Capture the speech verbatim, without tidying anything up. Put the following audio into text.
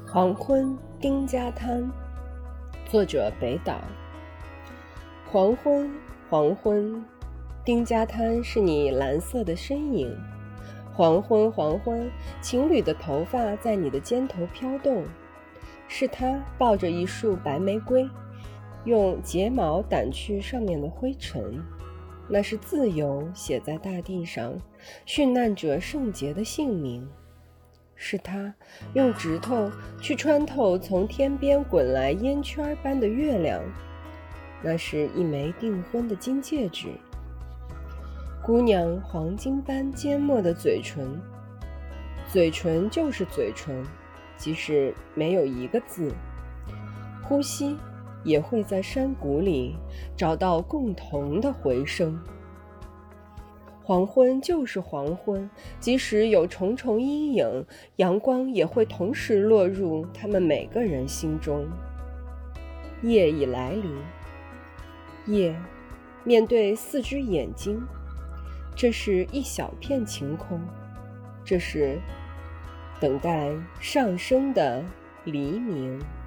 黄昏丁家滩，作者北岛。黄昏，黄昏，丁家滩是你蓝色的身影。黄昏，黄昏，情侣的头发在你的肩头飘动。是他抱着一束白玫瑰，用睫毛掸去上面的灰尘。那是自由写在大地上，殉难者圣洁的姓名。是他用指头去穿透从天边滚来烟圈般的月亮，那是一枚订婚的金戒指。姑娘黄金般缄默的嘴唇，嘴唇就是嘴唇，即使没有一个字。呼吸也会在山谷里找到共同的回声。黄昏就是黄昏，即使有重重阴影，阳光也会同时落入他们每个人心中。夜已来临，夜面对四只眼睛，这是一小片晴空，这是等待上升的黎明。